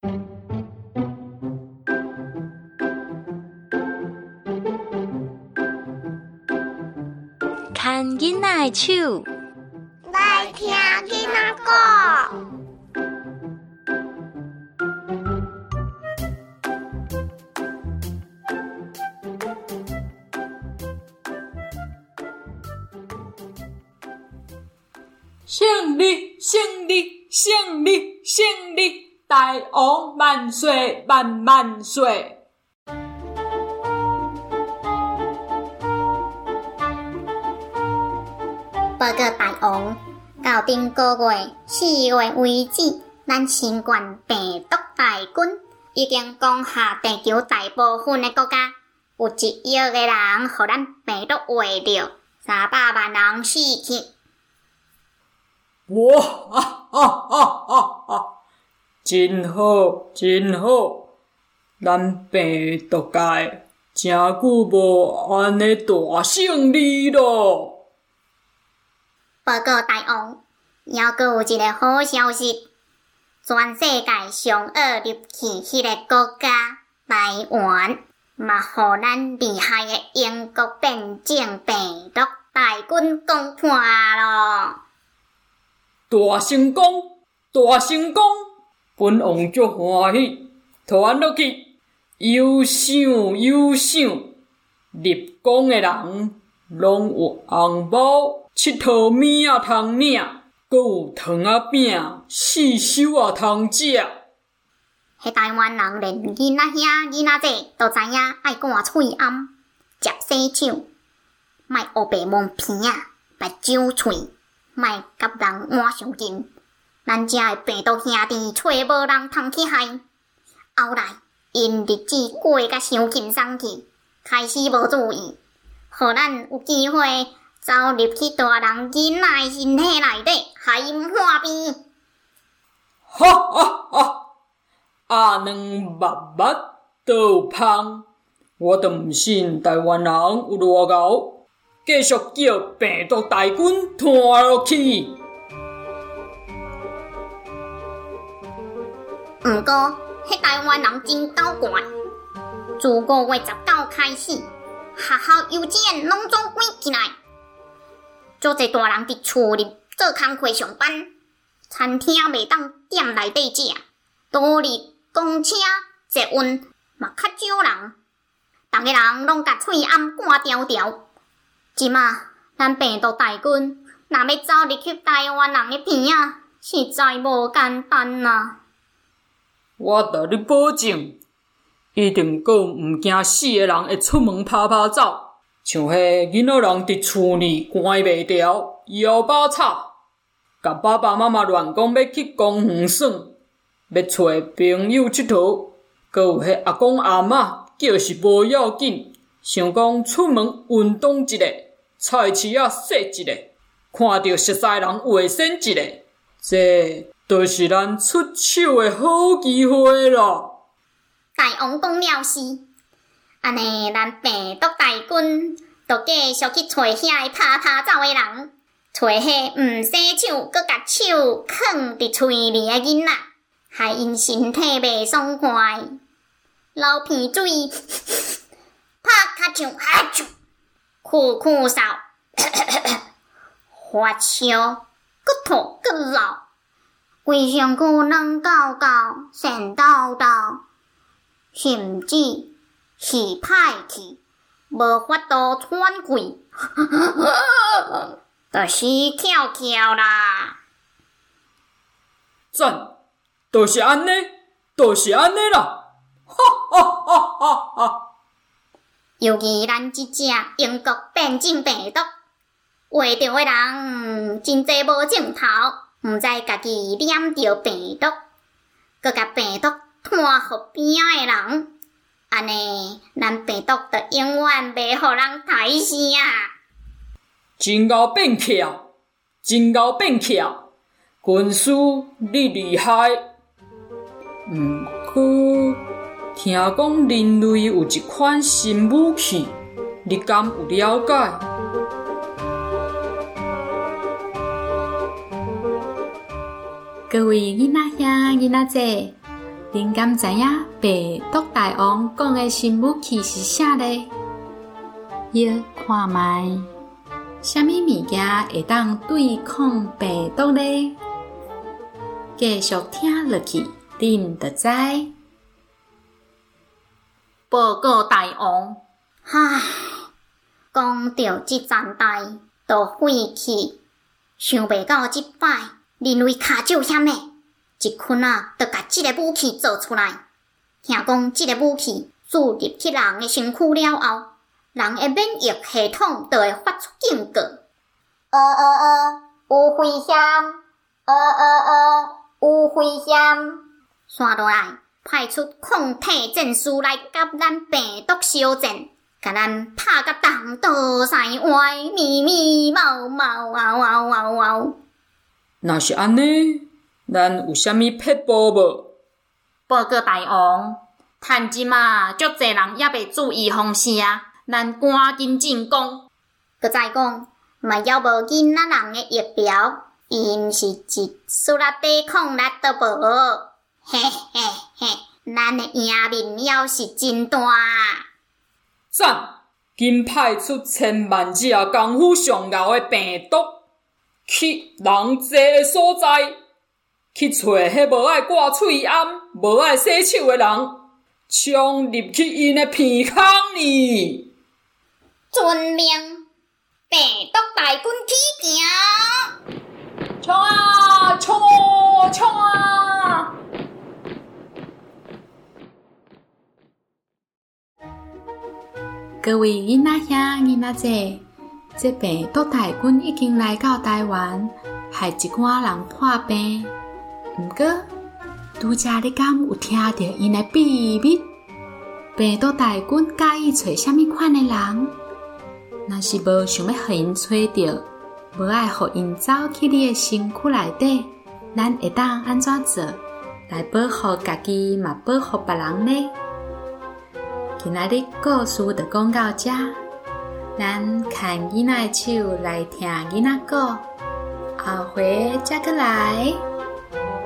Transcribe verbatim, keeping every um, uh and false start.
牵囡仔的手， 来听囡仔歌。 胜利，胜利，胜利，胜利！大王万岁，万万岁！ 报告大王，到顶个月四月为止，咱新冠病毒大军已经攻下地球大部分的国家，有一亿个人互咱病毒围着，三百万人死去。 哇啊啊啊啊啊！真好，真好！咱病毒界真久无安尼大胜利咯！ 报告大王，还阁有一个好消息，全世界上恶入去迄个国家台湾，嘛互咱厉害的英国变种病毒大军攻破咯！ 大成功，大成功！本王足欢喜，传落去，有想有想，立功的人拢有红包。七套面仔通领，阁有糖仔饼、四手仔通食。 迄台湾人连囡仔兄、囡仔姐都知影爱赶喙暗，食洗手，莫黑白蒙鼻仔、目睭喙，莫甲人换上近。咱遮的病毒兄弟找无人通去害，后来因日子过甲伤轻松去，开始无注意，互咱有机会。走入去大人囡仔的身体内底，害因破病。 哈哈哈！阿两目目都有芳，我都毋信台湾人有偌牛，继续叫病毒大军拖落去。 毋过，迄台湾人真够怪，自五月十九开始，学校、幼稚园拢总关起来。足侪大人伫厝里做工课上班，餐厅袂当踮内底食，道理公车、捷运嘛较少人，逐个人拢甲喙暗赶条条。即马咱病毒大军若要走入去台湾人的鼻仔，实在无简单啊！ 我甲你保证，一定阁有毋惊死的人会出门拍拍走。像迄囡仔人伫厝里关袂牢，摇把吵，甲爸爸妈妈乱讲要去公园耍，要找朋友佚佗，阁有迄阿公阿嬷叫是无要紧，想讲出门运动一下，菜市仔踅一下，看到熟悉人卫生一下，这就是咱出手的好机会咯。 大王讲了是。安尼，咱病毒大军就继续去找遐个拍拍走的人，找迄毋洗手，搁甲手囥伫喙里的囡仔，害因身体袂爽快，流鼻水，拍骹枪啊啾，咳咳嗽，发烧，搁吐搁流，规身躯软狗狗，颤抖抖，甚至。气歹去，无法度喘气，就死翘翘啦！ 赞，就是安尼，就是安尼啦！哈哈哈哈哈！ 尤其咱即只英国变种病毒，画着的人真侪无镜头，毋知家己染着病毒，搁甲病毒拖互边仔的人。安尼，咱病毒就永远袂互人杀死啊！ 真够变巧，真够变巧，军师你厉害。毋过，听讲人类有一款新武器，你敢有了解？ 各位囡仔兄、囡仔姐， 恁敢知影白毒大王讲的新武器是啥呢？要看卖，啥物物件会当对抗白毒呢？继续听落去，恁就知。 报告大王，唉，讲到即战代都废去，想袂到即摆人为骹少险诶，一困仔就甲即个武器做出来。听讲即个武器注入去人诶身躯了后，人诶免疫系统就会发出警告。呃呃呃，有危险！呃呃呃，有危险！刷落来，派出抗体战士来甲咱病毒相战，甲咱拍甲东倒西歪，咪咪毛毛wow wow wow wow。 若是安尼，咱有啥物撇步无？ 报告大王，趁即马足侪人也袂注意风势啊，咱赶紧进攻。搁再讲，嘛要无囡仔人诶疫苗，伊毋是一丝仔抵抗力都无。嘿嘿嘿，咱诶赢面要是真大。 赞！紧派出千万只功夫上厚诶病毒，去人侪诶所在，去找迄无爱挂喙暗、无爱洗手诶人，冲入去因诶鼻孔里。 遵命，病毒大军起行！ 冲啊！冲哦！冲啊！ 各位囡仔兄、囡仔姐，这病毒大军已经来到台湾，害一寡人破病。毋过，拄则你敢有听到因的秘密？病毒大军介意找啥物款的人？若是无想要互因找到，无爱互因走去你的身躯内底，咱会当安怎做来保护家己，嘛保护别人呢？今仔日故事就讲到这，咱牵囡仔的手来听囡仔讲，后回再过来。